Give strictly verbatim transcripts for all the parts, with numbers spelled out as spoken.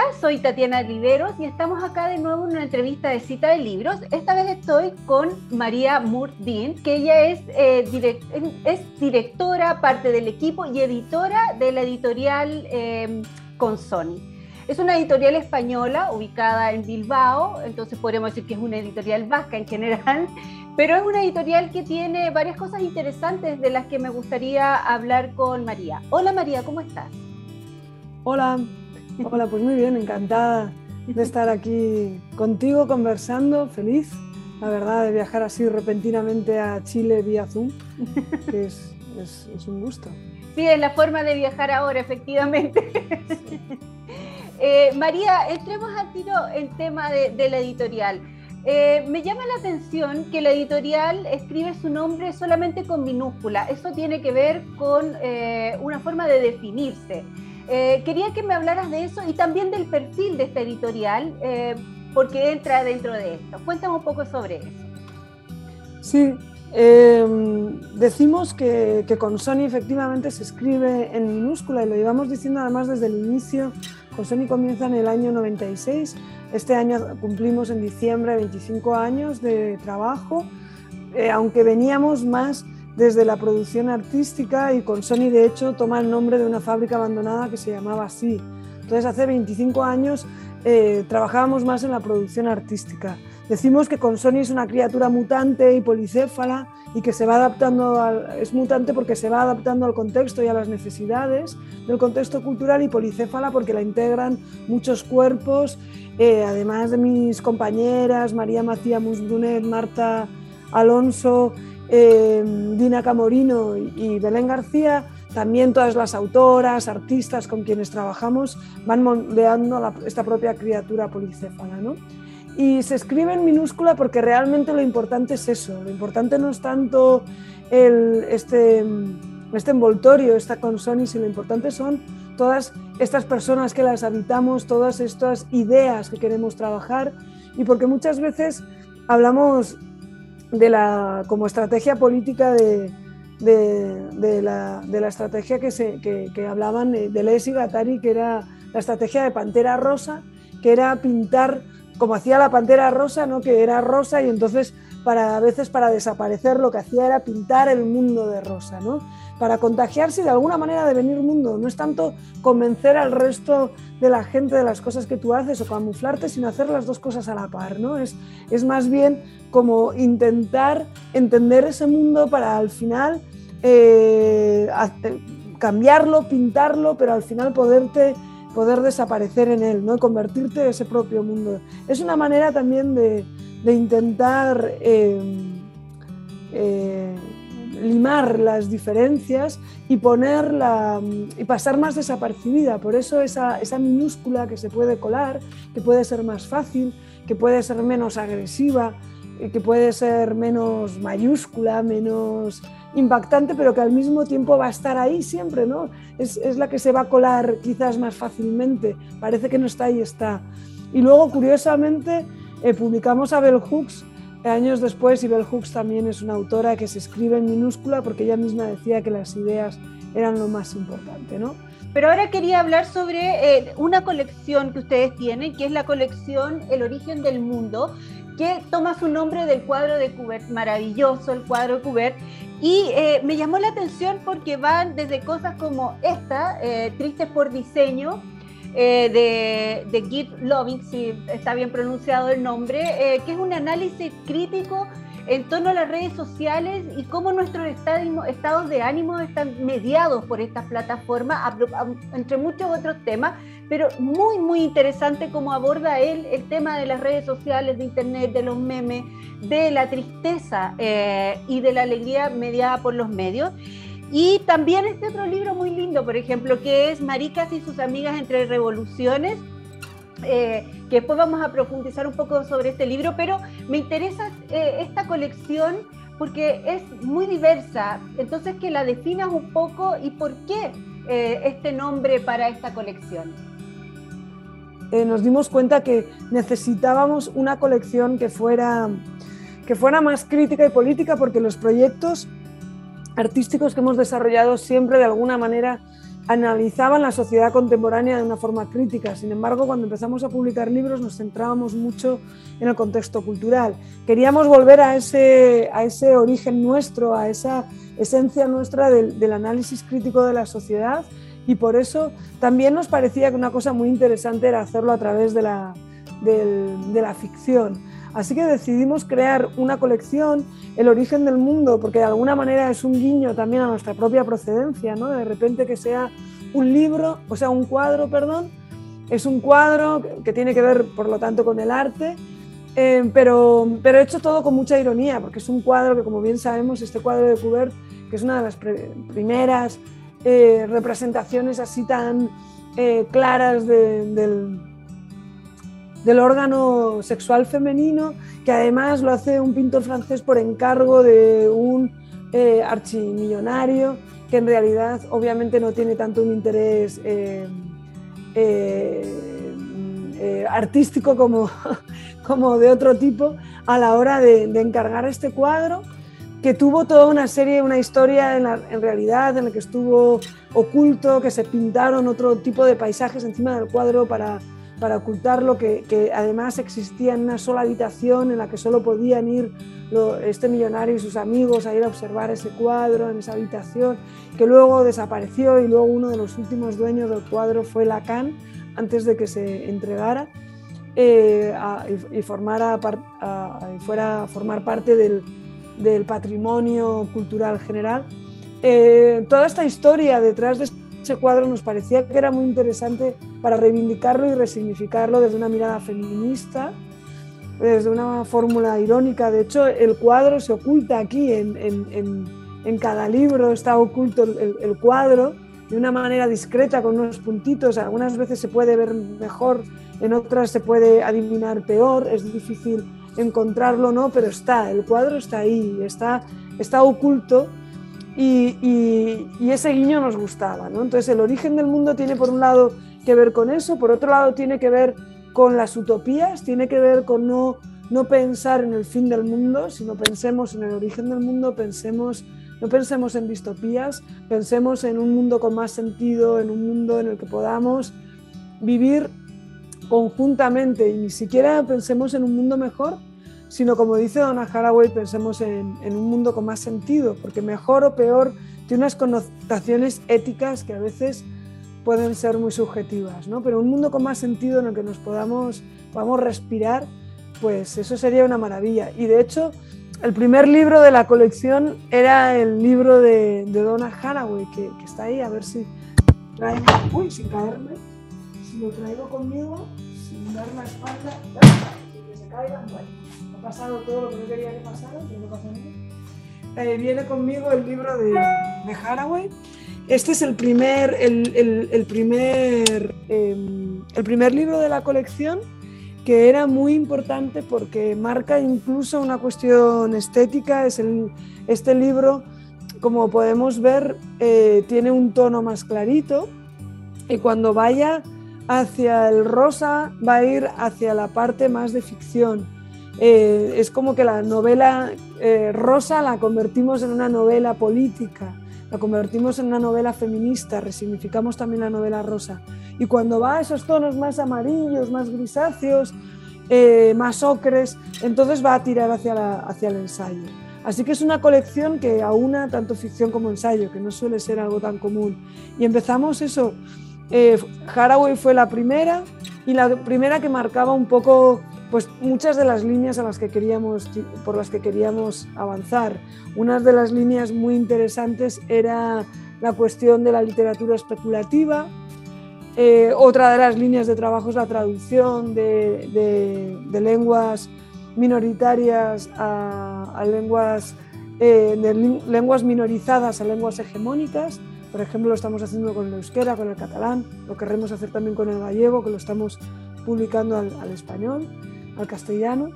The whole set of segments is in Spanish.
soy Tatiana Riveros y estamos acá de nuevo en una entrevista de Cita de Libros. Esta vez estoy con María Moore-Dean, que ella es, eh, direct, es directora, parte del equipo y editora de la editorial eh, Consoni. Es una editorial española ubicada en Bilbao, entonces podríamos decir que es una editorial vasca en general, pero es una editorial que tiene varias cosas interesantes de las que me gustaría hablar con María. Hola María, ¿cómo estás? Hola, hola, pues muy bien, encantada de estar aquí contigo conversando, feliz, la verdad, de viajar así repentinamente a Chile vía Zoom, que es, es, es un gusto. Sí, es la forma de viajar ahora, efectivamente. Sí. eh, María, entremos al tiro en tema de, de la editorial. Eh, me llama la atención que la editorial escribe su nombre solamente con minúscula. Eso tiene que ver con eh, una forma de definirse. Eh, quería que me hablaras de eso y también del perfil de esta editorial, eh, porque entra dentro de esto. Cuéntame un poco sobre eso. Sí, eh, decimos que, que Consoni efectivamente se escribe en minúscula y lo llevamos diciendo además desde el inicio. Consoni comienza en el año noventa y seis, este año cumplimos en diciembre veinticinco años de trabajo, eh, aunque veníamos más desde la producción artística y Consoni de hecho toma el nombre de una fábrica abandonada que se llamaba así. Entonces hace veinticinco años eh, trabajábamos más en la producción artística. Decimos que Consoni es una criatura mutante y policéfala y que se va adaptando al, es mutante porque se va adaptando al contexto y a las necesidades del contexto cultural, y policéfala porque la integran muchos cuerpos, eh, además de mis compañeras María Macía Musbrunet, Marta Alonso, Eh, Dina Camorino y Belén García, también todas las autoras, artistas con quienes trabajamos van moldeando la, esta propia criatura policéfala, ¿no? Y se escribe en minúscula porque realmente lo importante es eso, lo importante no es tanto el, este, este envoltorio, esta Consoni, sino lo importante son todas estas personas que las habitamos, todas estas ideas que queremos trabajar, y porque muchas veces hablamos de la, como estrategia política de, de, de, la, de la estrategia que, se, que, que hablaban de Deleuze y Guattari, que era la estrategia de Pantera Rosa, que era pintar como hacía la Pantera Rosa, ¿no? Que era rosa, y entonces para, a veces para desaparecer lo que hacía era pintar el mundo de rosa, ¿no? Para contagiarse de alguna manera de venir mundo. No es tanto convencer al resto de la gente de las cosas que tú haces o camuflarte, sino hacer las dos cosas a la par, ¿no? Es, es más bien como intentar entender ese mundo para al final eh, cambiarlo, pintarlo, pero al final poderte, poder desaparecer en él, ¿no? Y convertirte en ese propio mundo. Es una manera también de, de intentar eh, eh, limar las diferencias y, ponerla, y pasar más desapercibida. Por eso esa, esa minúscula que se puede colar, que puede ser más fácil, que puede ser menos agresiva, que puede ser menos mayúscula, menos impactante, pero que al mismo tiempo va a estar ahí siempre, ¿no? Es, es la que se va a colar quizás más fácilmente, parece que no está y está. Y luego, curiosamente, eh, publicamos a Bell Hooks años después, y Bell Hooks también es una autora que se escribe en minúscula porque ella misma decía que las ideas eran lo más importante, ¿no? Pero ahora quería hablar sobre eh, una colección que ustedes tienen, que es la colección El origen del mundo, que toma su nombre del cuadro de Courbet, maravilloso el cuadro de Courbet, y eh, me llamó la atención porque van desde cosas como esta, eh, Tristes por diseño, eh, de, de Git Loving, si está bien pronunciado el nombre, eh, que es un análisis crítico en torno a las redes sociales y cómo nuestros estados de ánimo están mediados por estas plataformas, entre muchos otros temas, pero muy, muy interesante cómo aborda él el tema de las redes sociales, de internet, de los memes, de la tristeza eh, y de la alegría mediada por los medios. Y también este otro libro muy lindo, por ejemplo, que es Maricas y sus amigas entre revoluciones, Eh, que después vamos a profundizar un poco sobre este libro, pero me interesa eh, esta colección porque es muy diversa, entonces que la definas un poco y por qué eh, este nombre para esta colección. Eh, nos dimos cuenta que necesitábamos una colección que fuera, que fuera más crítica y política, porque los proyectos artísticos que hemos desarrollado siempre de alguna manera analizaban la sociedad contemporánea de una forma crítica. Sin embargo, cuando empezamos a publicar libros nos centrábamos mucho en el contexto cultural. Queríamos volver a ese, a ese origen nuestro, a esa esencia nuestra del, del análisis crítico de la sociedad, y por eso también nos parecía que una cosa muy interesante era hacerlo a través de la, del, de la ficción. Así que decidimos crear una colección, El origen del mundo, porque de alguna manera es un guiño también a nuestra propia procedencia, ¿no? De repente que sea un libro, o sea, un cuadro, perdón, es un cuadro que tiene que ver, por lo tanto, con el arte, eh, pero, pero hecho todo con mucha ironía, porque es un cuadro que, como bien sabemos, este cuadro de Courbet, que es una de las primeras eh, representaciones así tan eh, claras de, del... del órgano sexual femenino, que además lo hace un pintor francés por encargo de un eh, archimillonario, que en realidad obviamente no tiene tanto un interés eh, eh, eh, artístico como, como de otro tipo a la hora de, de encargar este cuadro, que tuvo toda una serie, una historia en, la, en realidad en la que estuvo oculto, que se pintaron otro tipo de paisajes encima del cuadro para para ocultarlo, que, que además existía en una sola habitación en la que solo podían ir lo, este millonario y sus amigos a ir a observar ese cuadro en esa habitación, que luego desapareció, y luego uno de los últimos dueños del cuadro fue Lacan, antes de que se entregara eh, a, y, y, formara, a, y fuera a formar parte del, del patrimonio cultural general. Eh, toda esta historia detrás de ese cuadro nos parecía que era muy interesante para reivindicarlo y resignificarlo desde una mirada feminista, desde una fórmula irónica. De hecho, el cuadro se oculta aquí, en, en, en, en cada libro está oculto el, el cuadro de una manera discreta, con unos puntitos. Algunas veces se puede ver mejor, en otras se puede adivinar peor, es difícil encontrarlo, ¿no? Pero está, el cuadro está ahí, está, está oculto. Y, y, y ese guiño nos gustaba, ¿no? Entonces, El origen del mundo tiene por un lado que ver con eso, por otro lado tiene que ver con las utopías, tiene que ver con no, no pensar en el fin del mundo, sino pensemos en el origen del mundo, pensemos, no pensemos en distopías, pensemos en un mundo con más sentido, en un mundo en el que podamos vivir conjuntamente, y ni siquiera pensemos en un mundo mejor, sino, como dice Donna Haraway, pensemos en, en un mundo con más sentido, porque mejor o peor tiene unas connotaciones éticas que a veces pueden ser muy subjetivas, ¿no? Pero un mundo con más sentido en el que nos podamos, podamos respirar, pues eso sería una maravilla. Y de hecho, el primer libro de la colección era el libro de, de Donna Haraway, que, que está ahí, a ver si traigo, uy, sin caerme, si lo traigo conmigo, sin dar la espalda, sin que se caigan, bueno. Ha pasado todo lo que no quería que pasara, pero no pasa nada. Eh, viene conmigo el libro de, de Haraway. Este es el primer, el, el, el primer, eh, el primer libro de la colección, que era muy importante porque marca incluso una cuestión estética. Es el, este libro, como podemos ver, eh, tiene un tono más clarito, y cuando vaya hacia el rosa va a ir hacia la parte más de ficción. Eh, es como que la novela eh, rosa la convertimos en una novela política, la convertimos en una novela feminista, resignificamos también la novela rosa. Y cuando va a esos tonos más amarillos, más grisáceos, eh, más ocres, entonces va a tirar hacia, la, hacia el ensayo. Así que es una colección que aúna tanto ficción como ensayo, que no suele ser algo tan común. Y empezamos eso, eh, Haraway fue la primera, y la primera que marcaba un poco pues muchas de las líneas a las que queríamos, por las que queríamos avanzar. Una de las líneas muy interesantes era la cuestión de la literatura especulativa. Eh, otra de las líneas de trabajo es la traducción de, de, de lenguas minoritarias a, a lenguas, eh, de lenguas minorizadas a lenguas hegemónicas. Por ejemplo, lo estamos haciendo con el euskera, con el catalán, lo queremos hacer también con el gallego, que lo estamos publicando al, al español, al castellano.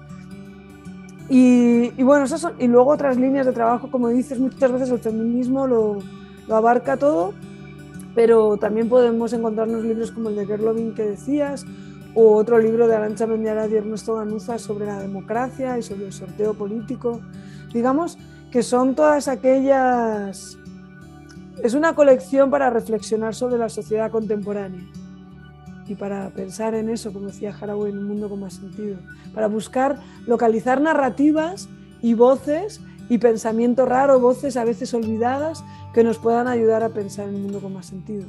Y, y bueno, esas son, y luego otras líneas de trabajo, como dices, muchas veces el feminismo lo, lo abarca todo, pero también podemos encontrarnos libros como el de Gerlovin que decías, o otro libro de Arantxa Mendiarad y Ernesto Ganuza sobre la democracia y sobre el sorteo político. Digamos que son todas aquellas es una colección para reflexionar sobre la sociedad contemporánea y para pensar en eso, como decía Haraway, en un mundo con más sentido, para buscar localizar narrativas y voces y pensamiento raro, voces a veces olvidadas, que nos puedan ayudar a pensar en un mundo con más sentido.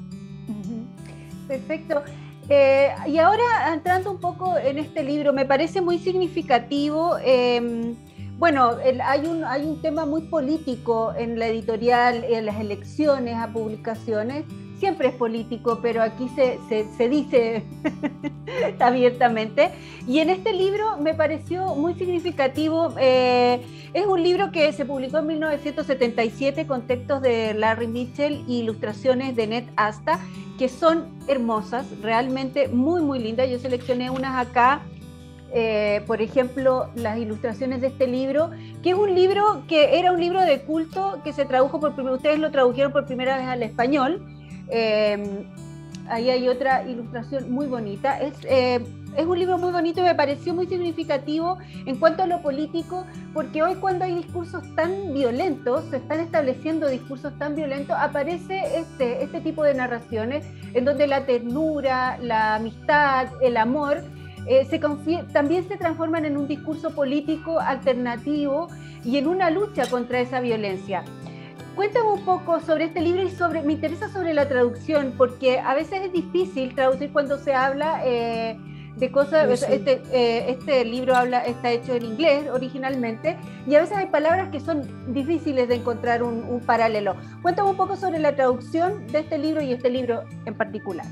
Perfecto. Eh, y ahora entrando un poco en este libro, me parece muy significativo. Eh, bueno, el, hay, un, hay un tema muy político en la editorial, en las elecciones a publicaciones. Siempre es político, pero aquí se, se, se dice abiertamente. Y en este libro me pareció muy significativo. Eh, es un libro que se publicó en mil novecientos setenta y siete con textos de Larry Mitchell e ilustraciones de Ned Asta, que son hermosas, realmente muy, muy lindas. Yo seleccioné unas acá, eh, por ejemplo, las ilustraciones de este libro, que es un libro que era un libro de culto que se tradujo por primera, ustedes lo tradujeron por primera vez al español. Eh, ahí hay otra ilustración muy bonita. Es, eh, es un libro muy bonito y me pareció muy significativo en cuanto a lo político, porque hoy cuando hay discursos tan violentos, se están estableciendo discursos tan violentos, aparece este, este tipo de narraciones en donde la ternura, la amistad, el amor, eh, se también se transforman en un discurso político alternativo y en una lucha contra esa violencia. Cuéntame un poco sobre este libro y sobre, me interesa sobre la traducción, porque a veces es difícil traducir cuando se habla eh, de cosas, sí, sí. Este, eh, este libro habla, está hecho en inglés originalmente, y a veces hay palabras que son difíciles de encontrar un, un paralelo. Cuéntame un poco sobre la traducción de este libro y este libro en particular.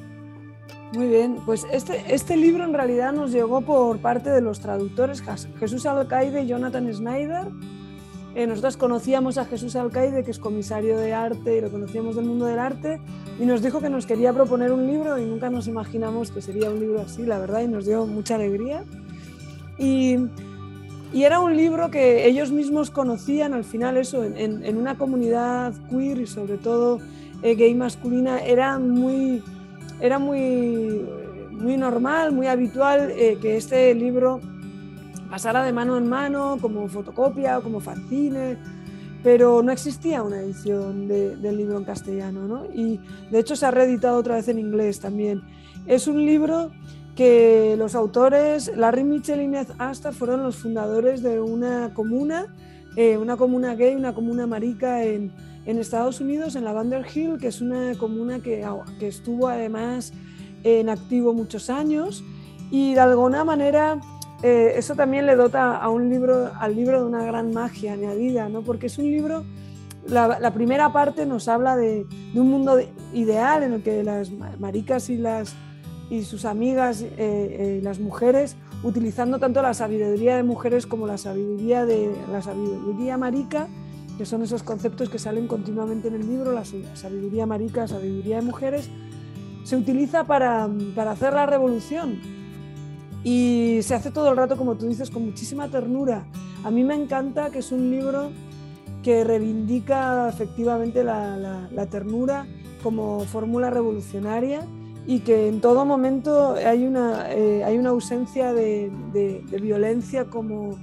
Muy bien, pues este, este libro en realidad nos llegó por parte de los traductores Jesús Alcaide y Jonathan Snyder. Eh, nosotros conocíamos a Jesús Alcaide, que es comisario de arte, y lo conocíamos del mundo del arte, y nos dijo que nos quería proponer un libro y nunca nos imaginamos que sería un libro así, la verdad, y nos dio mucha alegría. Y, y era un libro que ellos mismos conocían, al final eso, en, en una comunidad queer y sobre todo eh, gay masculina, era muy, era muy, muy normal, muy habitual eh, que este libro pasara de mano en mano, como fotocopia o como fanzine, pero no existía una edición de, del libro en castellano, ¿no? Y de hecho se ha reeditado otra vez en inglés también. Es un libro que los autores, Larry Mitchell y Ned Asta, fueron los fundadores de una comuna, eh, una comuna gay, una comuna marica en, en Estados Unidos, en la Vander Hill, que es una comuna que, que estuvo además en activo muchos años, y de alguna manera Eh, eso también le dota a un libro, al libro de una gran magia añadida, ¿no? Porque es un libro, la, la primera parte nos habla de, de un mundo de, ideal en el que las maricas y, las, y sus amigas, eh, eh, las mujeres, utilizando tanto la sabiduría de mujeres como la sabiduría, de, la sabiduría marica, que son esos conceptos que salen continuamente en el libro, la sabiduría marica, sabiduría de mujeres, se utiliza para, para hacer la revolución. Y se hace todo el rato, como tú dices, con muchísima ternura. A mí me encanta que es un libro que reivindica efectivamente la, la, la ternura como fórmula revolucionaria y que en todo momento hay una, eh, hay una ausencia de, de, de violencia como...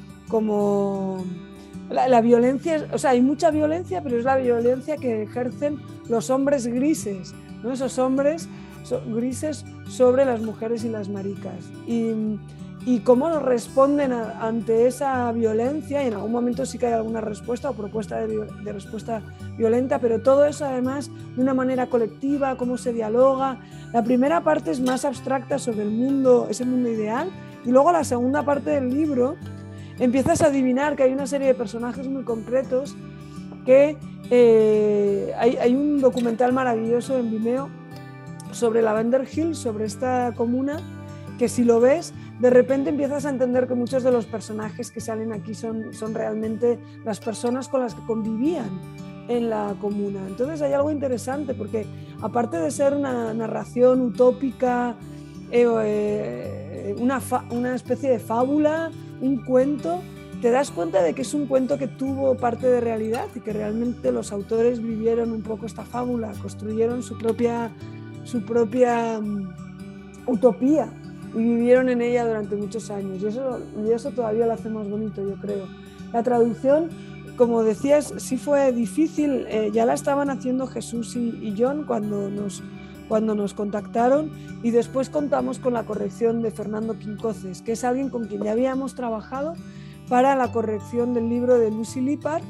como la, la violencia, o sea, hay mucha violencia, pero es la violencia que ejercen los hombres grises, ¿no? Esos hombres grises sobre las mujeres y las maricas, y, y cómo responden a, ante esa violencia, y en algún momento sí que hay alguna respuesta o propuesta de, de respuesta violenta, pero todo eso además de una manera colectiva, cómo se dialoga. La primera parte es más abstracta sobre el mundo, ese mundo ideal, y luego la segunda parte del libro empiezas a adivinar que hay una serie de personajes muy concretos que eh, hay, hay un documental maravilloso en Vimeo sobre la Vander Hill, sobre esta comuna, que si lo ves, de repente empiezas a entender que muchos de los personajes que salen aquí son, son realmente las personas con las que convivían en la comuna. Entonces hay algo interesante, porque aparte de ser una narración utópica, eh, eh, una, fa, una especie de fábula, un cuento, te das cuenta de que es un cuento que tuvo parte de realidad y que realmente los autores vivieron un poco esta fábula, construyeron su propia su propia um, utopía y vivieron en ella durante muchos años, y eso, y eso todavía lo hace más bonito, yo creo. La traducción como decías, sí fue difícil, eh, ya la estaban haciendo Jesús y, y John cuando nos, cuando nos contactaron, y después contamos con la corrección de Fernando Quincoces, que es alguien con quien ya habíamos trabajado para la corrección del libro de Lucy Lippard,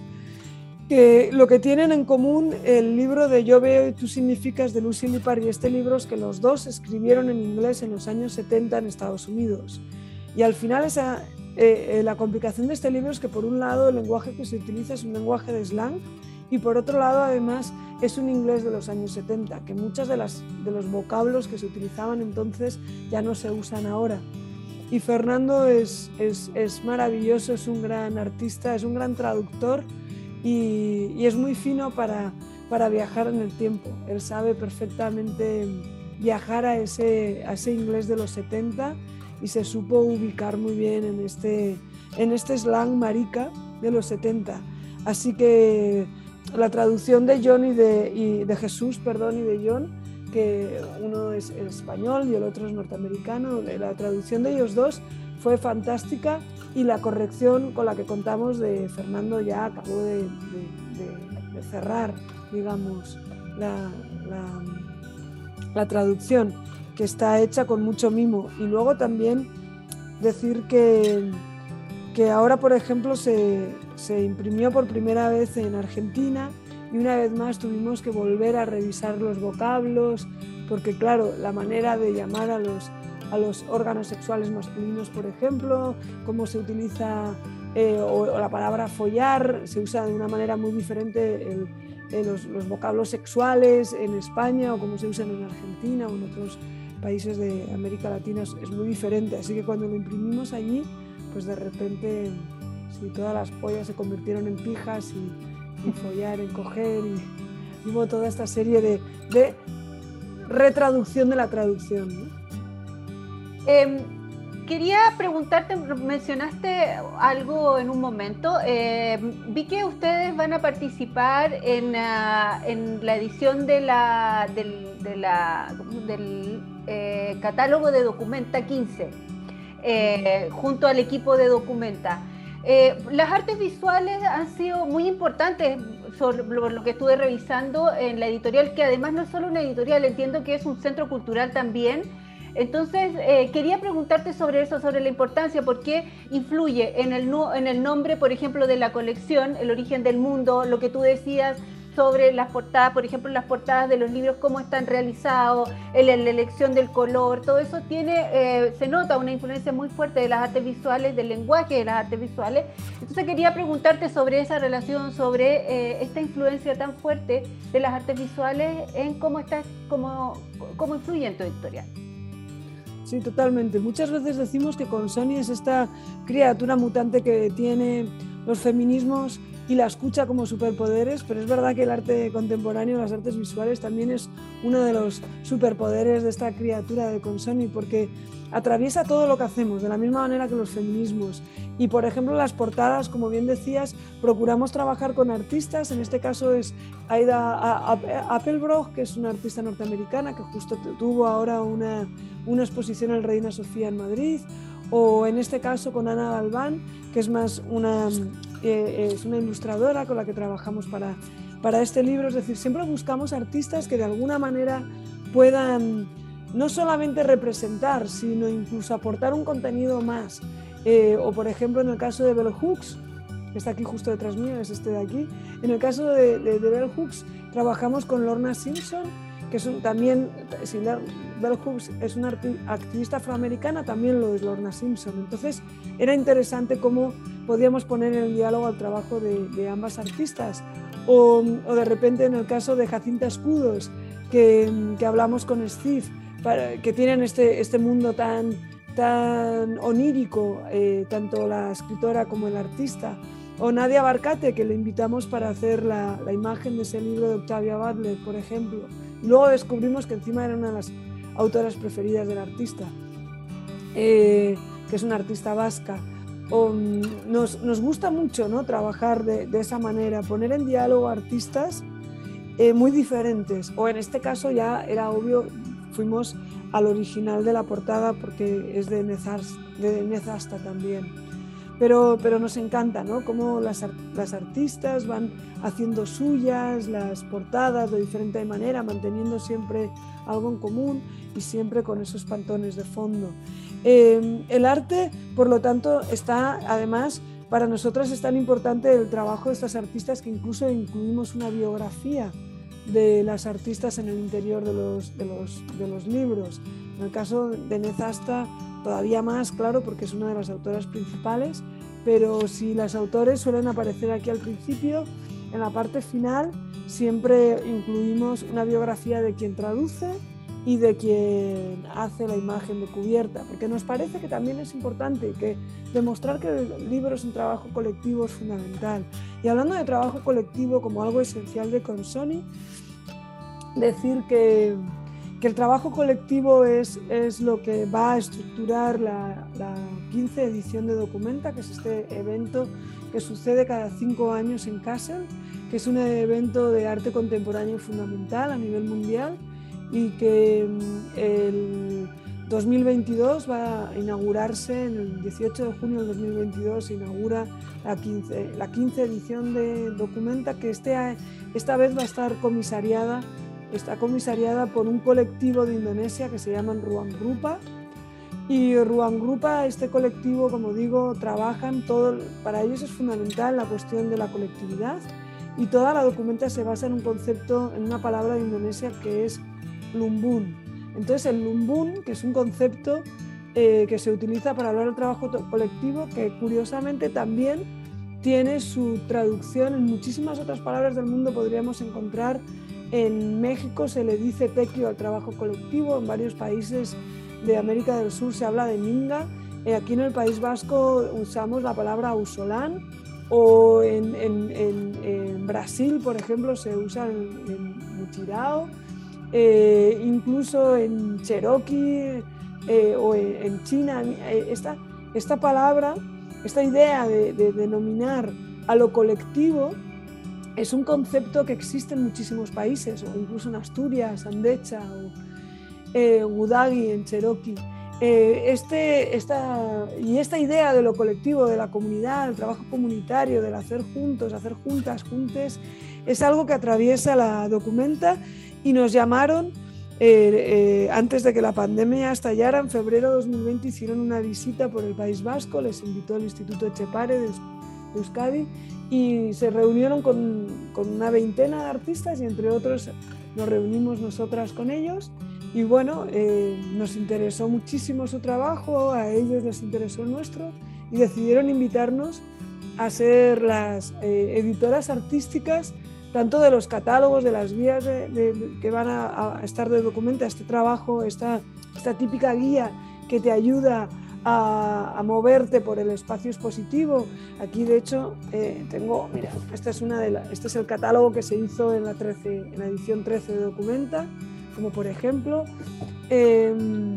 que lo que tienen en común el libro de Yo veo y tú significas de Lucy Lippard y este libro es que los dos escribieron en inglés en los años setenta en Estados Unidos. Y al final esa, eh, eh, la complicación de este libro es que por un lado el lenguaje que se utiliza es un lenguaje de slang y por otro lado además es un inglés de los años setenta, que muchos de, las, de los vocablos que se utilizaban entonces ya no se usan ahora. Y Fernando es, es, es maravilloso, es un gran artista, es un gran traductor y, y es muy fino para, para viajar en el tiempo. Él sabe perfectamente viajar a ese, a ese inglés de los setenta y se supo ubicar muy bien en este, en este slang marica de los setenta. Así que la traducción de John y de, y de Jesús, perdón, y de John, que uno es español y el otro es norteamericano, la traducción de ellos dos fue fantástica y la corrección con la que contamos de Fernando ya acabó de, de, de, de cerrar, digamos, la, la, la traducción, que está hecha con mucho mimo. Y luego también decir que, que ahora, por ejemplo, se, se imprimió por primera vez en Argentina y una vez más tuvimos que volver a revisar los vocablos, porque claro, la manera de llamar a los, a los órganos sexuales masculinos, por ejemplo, cómo se utiliza, eh, o, o la palabra follar, se usa de una manera muy diferente el, el, los, los vocablos sexuales en España o cómo se usan en Argentina o en otros países de América Latina, es muy diferente. Así que cuando lo imprimimos allí, pues de repente, sí, todas las pollas se convirtieron en pijas y, y follar en coger y hubo toda esta serie de, de retraducción de la traducción, ¿no? Eh, quería preguntarte, mencionaste algo en un momento, eh, vi que ustedes van a participar en, uh, en la edición de la, del, de la, del eh, catálogo de Documenta quince, eh, junto al equipo de Documenta. Eh, las artes visuales han sido muy importantes, sobre lo que estuve revisando en la editorial, que además no es solo una editorial, entiendo que es un centro cultural también. Entonces, eh, quería preguntarte sobre eso, sobre la importancia, por qué influye en el, no, en el nombre, por ejemplo, de la colección, El origen del mundo, lo que tú decías sobre las portadas, por ejemplo, las portadas de los libros, cómo están realizados, en la elección del color, todo eso tiene, eh, se nota una influencia muy fuerte de las artes visuales, del lenguaje de las artes visuales. Entonces quería preguntarte sobre esa relación, sobre eh, esta influencia tan fuerte de las artes visuales en cómo, está, cómo, cómo influye en tu editorial. Sí, totalmente. Muchas veces decimos que Consoni es esta criatura mutante que tiene los feminismos y la escucha como superpoderes, pero es verdad que el arte contemporáneo, las artes visuales, también es uno de los superpoderes de esta criatura de Consoni, porque atraviesa todo lo que hacemos, de la misma manera que los feminismos. Y, por ejemplo, las portadas, como bien decías, procuramos trabajar con artistas, en este caso es Aida Appelbroch, que es una artista norteamericana que justo tuvo ahora una, una exposición en Reina Sofía en Madrid, o en este caso con Ana Galván, que es más una, eh, es una ilustradora con la que trabajamos para, para este libro. Es decir, siempre buscamos artistas que de alguna manera puedan no solamente representar, sino incluso aportar un contenido más. Eh, o por ejemplo, en el caso de Bell Hooks, que está aquí justo detrás mío, es este de aquí, en el caso de, de, de Bell Hooks trabajamos con Lorna Simpson, que es un, también, si Bell Hooks es una activista afroamericana, también lo es Lorna Simpson. Entonces era interesante cómo podíamos poner en el diálogo al trabajo de, de ambas artistas. O, o de repente en el caso de Jacinta Escudos, que, que hablamos con Steve, para, que tienen este, este mundo tan, tan onírico, eh, tanto la escritora como el artista. O Nadia Barcate, que le invitamos para hacer la, la imagen de ese libro de Octavia Butler, por ejemplo. Y luego descubrimos que encima era una de las autoras preferidas del artista, eh, que es una artista vasca. O, nos, nos gusta mucho, ¿no?, trabajar de, de esa manera, poner en diálogo artistas eh, muy diferentes. O en este caso ya era obvio, fuimos al original de la portada porque es de Nezasta, de Nezasta también. pero, pero nos encanta, ¿no? Cómo las, las artistas van haciendo suyas las portadas de diferente manera, manteniendo siempre algo en común y siempre con esos pantones de fondo. Eh, el arte, por lo tanto, está, además, para nosotras es tan importante el trabajo de estas artistas que incluso incluimos una biografía de las artistas en el interior de los, de los, de los libros. En el caso de Nezasta, todavía más, claro, porque es una de las autoras principales, pero si las autores suelen aparecer aquí al principio, en la parte final siempre incluimos una biografía de quien traduce y de quien hace la imagen de cubierta, porque nos parece que también es importante que demostrar que el libro es un trabajo colectivo es fundamental. Y hablando de trabajo colectivo como algo esencial de Consoni, decir que, que el trabajo colectivo es, es lo que va a estructurar la, la quince edición de Documenta, que es este evento que sucede cada cinco años en Kassel, que es un evento de arte contemporáneo fundamental a nivel mundial, y que el dos mil veintidós va a inaugurarse, en el dieciocho de junio del dos mil veintidós se inaugura la quince, la quince edición de Documenta, que este, esta vez va a estar comisariada, está comisariada por un colectivo de Indonesia que se llaman Ruanggrupa, y Ruanggrupa, este colectivo, como digo, trabajan todo, para ellos es fundamental la cuestión de la colectividad, y toda la Documenta se basa en un concepto, en una palabra de Indonesia que es lumbun. Entonces el lumbun, que es un concepto eh, que se utiliza para hablar del trabajo colectivo, que curiosamente también tiene su traducción en muchísimas otras palabras del mundo. Podríamos encontrar, en México se le dice tequio al trabajo colectivo, en varios países de América del Sur se habla de minga, eh, aquí en el País Vasco usamos la palabra ausolán, o en, en, en, en Brasil, por ejemplo, se usa en, en mutirao. Eh, incluso en Cherokee eh, o en, en China, eh, esta, esta palabra, esta idea de, de denominar a lo colectivo es un concepto que existe en muchísimos países, o incluso en Asturias, Andecha o eh, Gudagi en Cherokee. Eh, este, esta, y esta idea de lo colectivo, de la comunidad, el trabajo comunitario, del hacer juntos, hacer juntas, juntes, es algo que atraviesa la Documenta. Y nos llamaron, eh, eh, antes de que la pandemia estallara, en febrero de dos mil veinte hicieron una visita por el País Vasco, les invitó el Instituto Etxepare de Euskadi y se reunieron con, con una veintena de artistas y entre otros nos reunimos nosotras con ellos y bueno, eh, nos interesó muchísimo su trabajo, a ellos les interesó el nuestro y decidieron invitarnos a ser las eh, editoras artísticas tanto de los catálogos, de las guías de, de, de, que van a, a estar de Documenta, este trabajo, esta, esta típica guía que te ayuda a, a moverte por el espacio expositivo. Aquí, de hecho, eh, tengo, mira, esta es una de la, este es el catálogo que se hizo en la, trece, en la edición trece de Documenta, como por ejemplo, eh,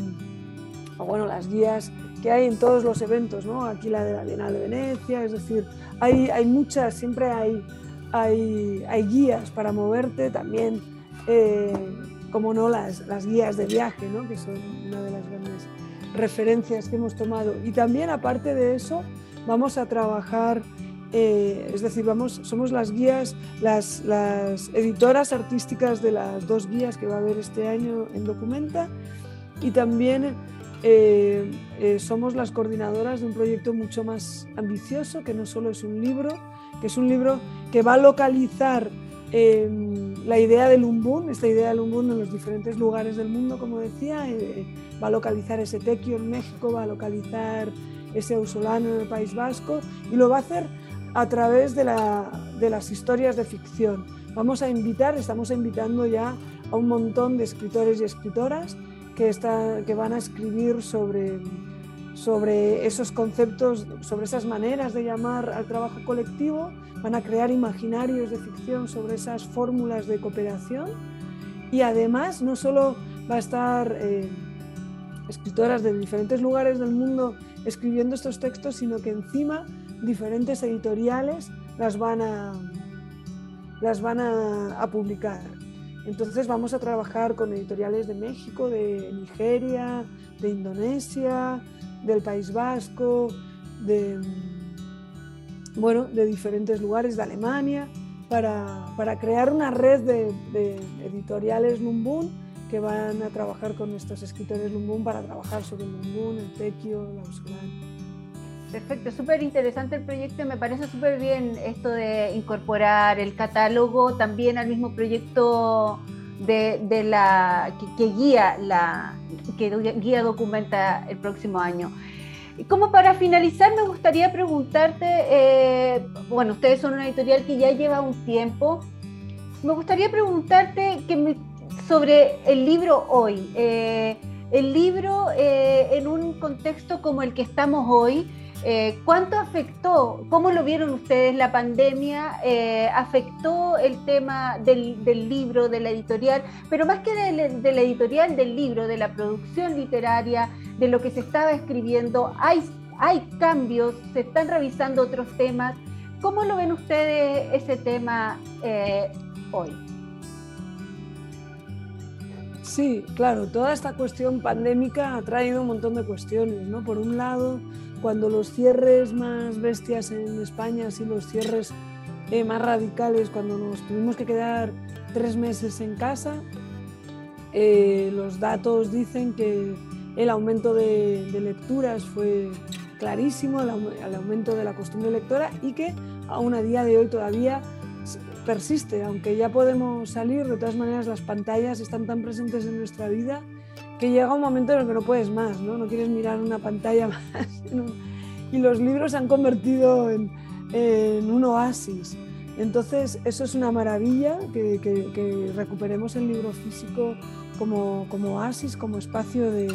o bueno, las guías que hay en todos los eventos, ¿no? Aquí la de la Bienal de Venecia, es decir, hay, hay muchas, siempre hay Hay, hay guías para moverte, también, eh, como no, las, las guías de viaje, ¿no? Que son una de las grandes referencias que hemos tomado. Y también, aparte de eso, vamos a trabajar, eh, es decir, vamos, somos las guías, las, las editoras artísticas de las dos guías que va a haber este año en Documenta, y también eh, eh, somos las coordinadoras de un proyecto mucho más ambicioso, que no solo es un libro, que es un libro que va a localizar eh, la idea del lumbun, esta idea del lumbun en los diferentes lugares del mundo, como decía, eh, va a localizar ese tequio en México, va a localizar ese ausolano en el País Vasco y lo va a hacer a través de, la, de las historias de ficción. Vamos a invitar, estamos invitando ya a un montón de escritores y escritoras que, está, que van a escribir sobre... sobre esos conceptos, sobre esas maneras de llamar al trabajo colectivo, van a crear imaginarios de ficción sobre esas fórmulas de cooperación y además no solo va a estar eh, escritoras de diferentes lugares del mundo escribiendo estos textos, sino que encima diferentes editoriales las van a, las van a, a publicar. Entonces vamos a trabajar con editoriales de México, de Nigeria, de Indonesia, del País Vasco, de, bueno, de diferentes lugares de Alemania para, para crear una red de, de editoriales Lumbún que van a trabajar con estos escritores Lumbún para trabajar sobre el Lumbún, el Tequio, la Ausolan. Perfecto, súper interesante el proyecto, me parece súper bien esto de incorporar el catálogo también al mismo proyecto de, de la, que, que, guía la, que guía documenta el próximo año. Y como para finalizar, me gustaría preguntarte, eh, bueno, ustedes son una editorial que ya lleva un tiempo, me gustaría preguntarte que me, sobre el libro hoy, eh, el libro eh, en un contexto como el que estamos hoy, Eh, ¿cuánto afectó, cómo lo vieron ustedes, la pandemia eh, afectó el tema del, del libro, de la editorial, pero más que de, de la editorial, del libro, de la producción literaria, de lo que se estaba escribiendo? Hay, hay cambios, se están revisando otros temas. ¿Cómo lo ven ustedes ese tema eh, hoy? Sí, claro, toda esta cuestión pandémica ha traído un montón de cuestiones, ¿no? Por un lado, cuando los cierres más bestias en España, así los cierres eh, más radicales, cuando nos tuvimos que quedar tres meses en casa, eh, los datos dicen que el aumento de, de lecturas fue clarísimo, el, el aumento de la costumbre lectora, y que aún a día de hoy todavía persiste, aunque ya podemos salir, de todas maneras las pantallas están tan presentes en nuestra vida que llega un momento en el que no puedes más, ¿no? No quieres mirar una pantalla más. ¿No? Y los libros se han convertido en, en un oasis. Entonces, eso es una maravilla, que, que, que recuperemos el libro físico como, como oasis, como espacio de,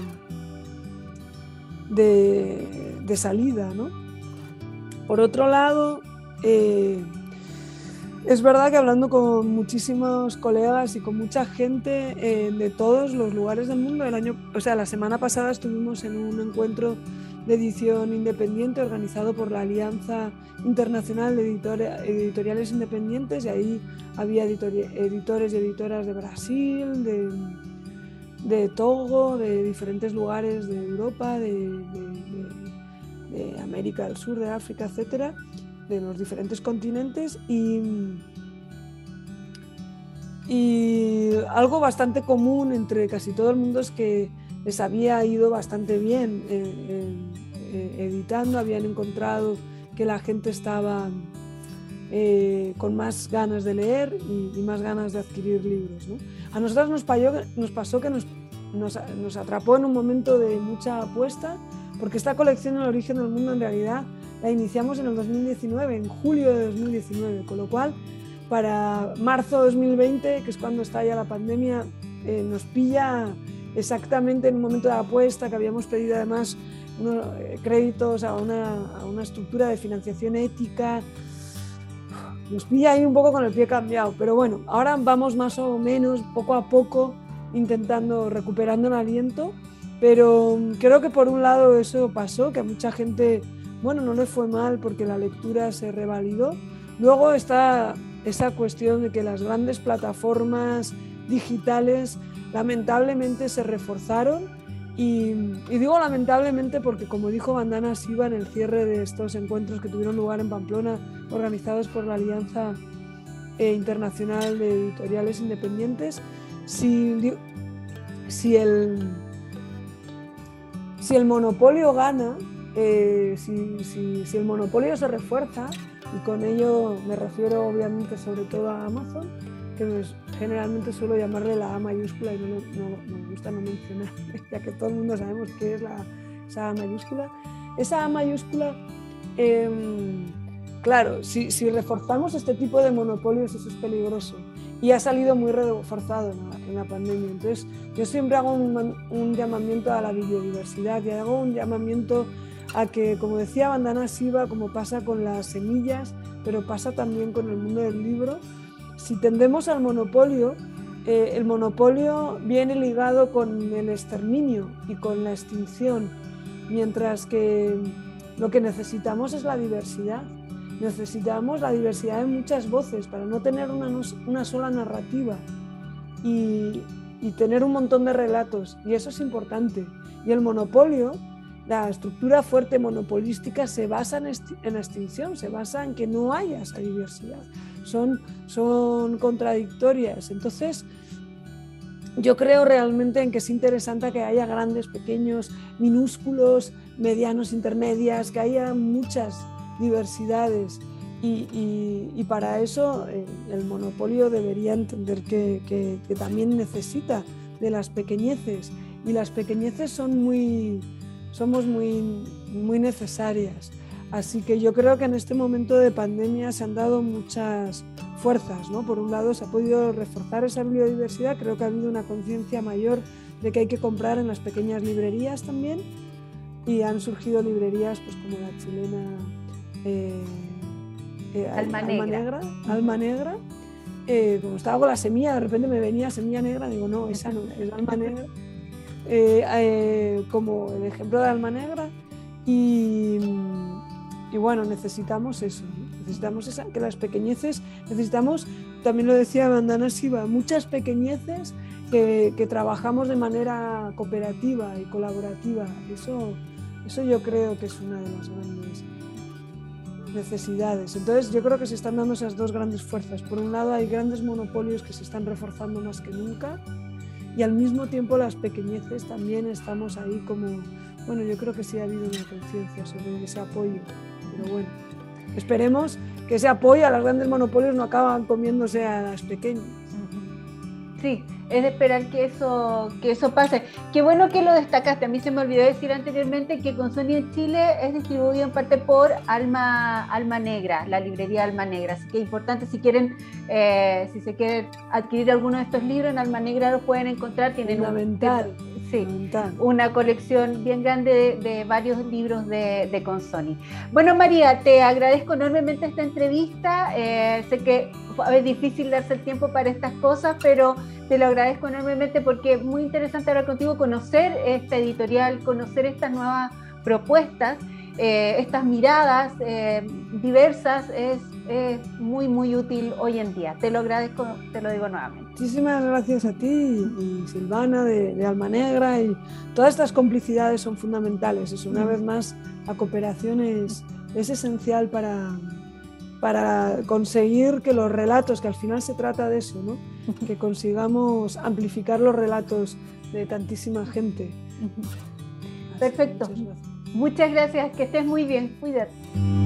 de, de salida, ¿no? Por otro lado, eh, es verdad que hablando con muchísimos colegas y con mucha gente eh, de todos los lugares del mundo, el año, o sea, la semana pasada estuvimos en un encuentro de edición independiente organizado por la Alianza Internacional de Editor Editoriales Independientes, y ahí había editori editores y editoras de Brasil, de, de Togo, de diferentes lugares de Europa, de, de, de, de América del Sur, de África, etcétera, de los diferentes continentes, y, y algo bastante común entre casi todo el mundo es que les había ido bastante bien eh, eh, editando, habían encontrado que la gente estaba eh, con más ganas de leer y, y más ganas de adquirir libros, ¿no? A nosotros nos, payó, nos pasó que nos, nos, nos atrapó en un momento de mucha apuesta, porque esta colección El origen del mundo en realidad la iniciamos en el dos mil diecinueve, en julio de dos mil diecinueve, con lo cual para marzo de dos mil veinte, que es cuando estalla la pandemia, eh, nos pilla exactamente en un momento de apuesta, que habíamos pedido además unos créditos a una, a una estructura de financiación ética. Nos pilla ahí un poco con el pie cambiado, pero bueno, ahora vamos más o menos poco a poco intentando, recuperando el aliento, pero creo que por un lado eso pasó, que a mucha gente, bueno, no les fue mal porque la lectura se revalidó. Luego está esa cuestión de que las grandes plataformas digitales lamentablemente se reforzaron, y, y digo lamentablemente porque, como dijo Vandana Shiva en el cierre de estos encuentros que tuvieron lugar en Pamplona, organizados por la Alianza eh, Internacional de Editoriales Independientes, si, si, el, si el monopolio gana, eh, si, si, si el monopolio se refuerza, y con ello me refiero obviamente sobre todo a Amazon, que nos, generalmente suelo llamarle la A mayúscula y no, no, no me gusta no mencionar, ya que todo el mundo sabemos qué es la, esa A mayúscula. Esa A mayúscula, eh, claro, si, si reforzamos este tipo de monopolios, eso es peligroso, y ha salido muy reforzado en la, en la pandemia. Entonces, yo siempre hago un, un llamamiento a la biodiversidad, y hago un llamamiento a que, como decía Vandana Shiva, como pasa con las semillas, pero pasa también con el mundo del libro, si tendemos al monopolio, eh, el monopolio viene ligado con el exterminio y con la extinción, mientras que lo que necesitamos es la diversidad. Necesitamos la diversidad de muchas voces para no tener una, una sola narrativa y, y tener un montón de relatos, y eso es importante. Y el monopolio, la estructura fuerte monopolística se basa en, en la extinción, se basa en que no haya esa diversidad, son, son contradictorias. Entonces, yo creo realmente en que es interesante que haya grandes, pequeños, minúsculos, medianos, intermedias, que haya muchas diversidades y, y, y para eso eh, el monopolio debería entender que, que, que también necesita de las pequeñeces y las pequeñeces son muy, somos muy, muy necesarias. Así que yo creo que en este momento de pandemia se han dado muchas fuerzas, ¿no? Por un lado se ha podido reforzar esa biodiversidad, creo que ha habido una conciencia mayor de que hay que comprar en las pequeñas librerías también y han surgido librerías pues, como la chilena eh, eh, Alma Negra, Alma Negra, Alma Negra. Eh, como estaba con la semilla, de repente me venía semilla negra, digo no, esa no, es Alma Negra, eh, eh, como el ejemplo de Alma Negra y... Y bueno, necesitamos eso, ¿no? Necesitamos esa, que las pequeñeces, necesitamos, también lo decía Vandana Shiva, muchas pequeñeces que, que trabajamos de manera cooperativa y colaborativa. Eso, eso yo creo que es una de las grandes necesidades. Entonces yo creo que se están dando esas dos grandes fuerzas. Por un lado hay grandes monopolios que se están reforzando más que nunca y al mismo tiempo las pequeñeces también estamos ahí como, bueno, yo creo que sí ha habido una conciencia sobre ese apoyo. Pero bueno, esperemos que ese apoyo a los grandes monopolios no acaban comiéndose a las pequeñas. Sí, es de esperar que eso, que eso pase. Qué bueno que lo destacaste. A mí se me olvidó decir anteriormente que Consoni en Chile es distribuido en parte por Alma, Alma Negra, la librería Alma Negra. Así que es importante, si quieren, eh, si se quieren adquirir alguno de estos libros, en Alma Negra los pueden encontrar. Tienen Fundamental. Un, sí, Fundamental. Una colección bien grande de, de varios libros de, de Consoni. Bueno, María, te agradezco enormemente esta entrevista. Eh, sé que es difícil darse el tiempo para estas cosas, pero te lo agradezco enormemente porque es muy interesante hablar contigo, conocer esta editorial, conocer estas nuevas propuestas, eh, estas miradas eh, diversas, es, es muy, muy útil hoy en día. Te lo agradezco, te lo digo nuevamente. Muchísimas gracias a ti y, y Silvana de, de Alma Negra, y todas estas complicidades son fundamentales. Es una mm. vez más, la cooperación es, es esencial para, para conseguir que los relatos, que al final se trata de eso, ¿no? Que consigamos amplificar los relatos de tantísima gente. Perfecto. Muchas gracias. Muchas gracias, que estés muy bien. Cuídate.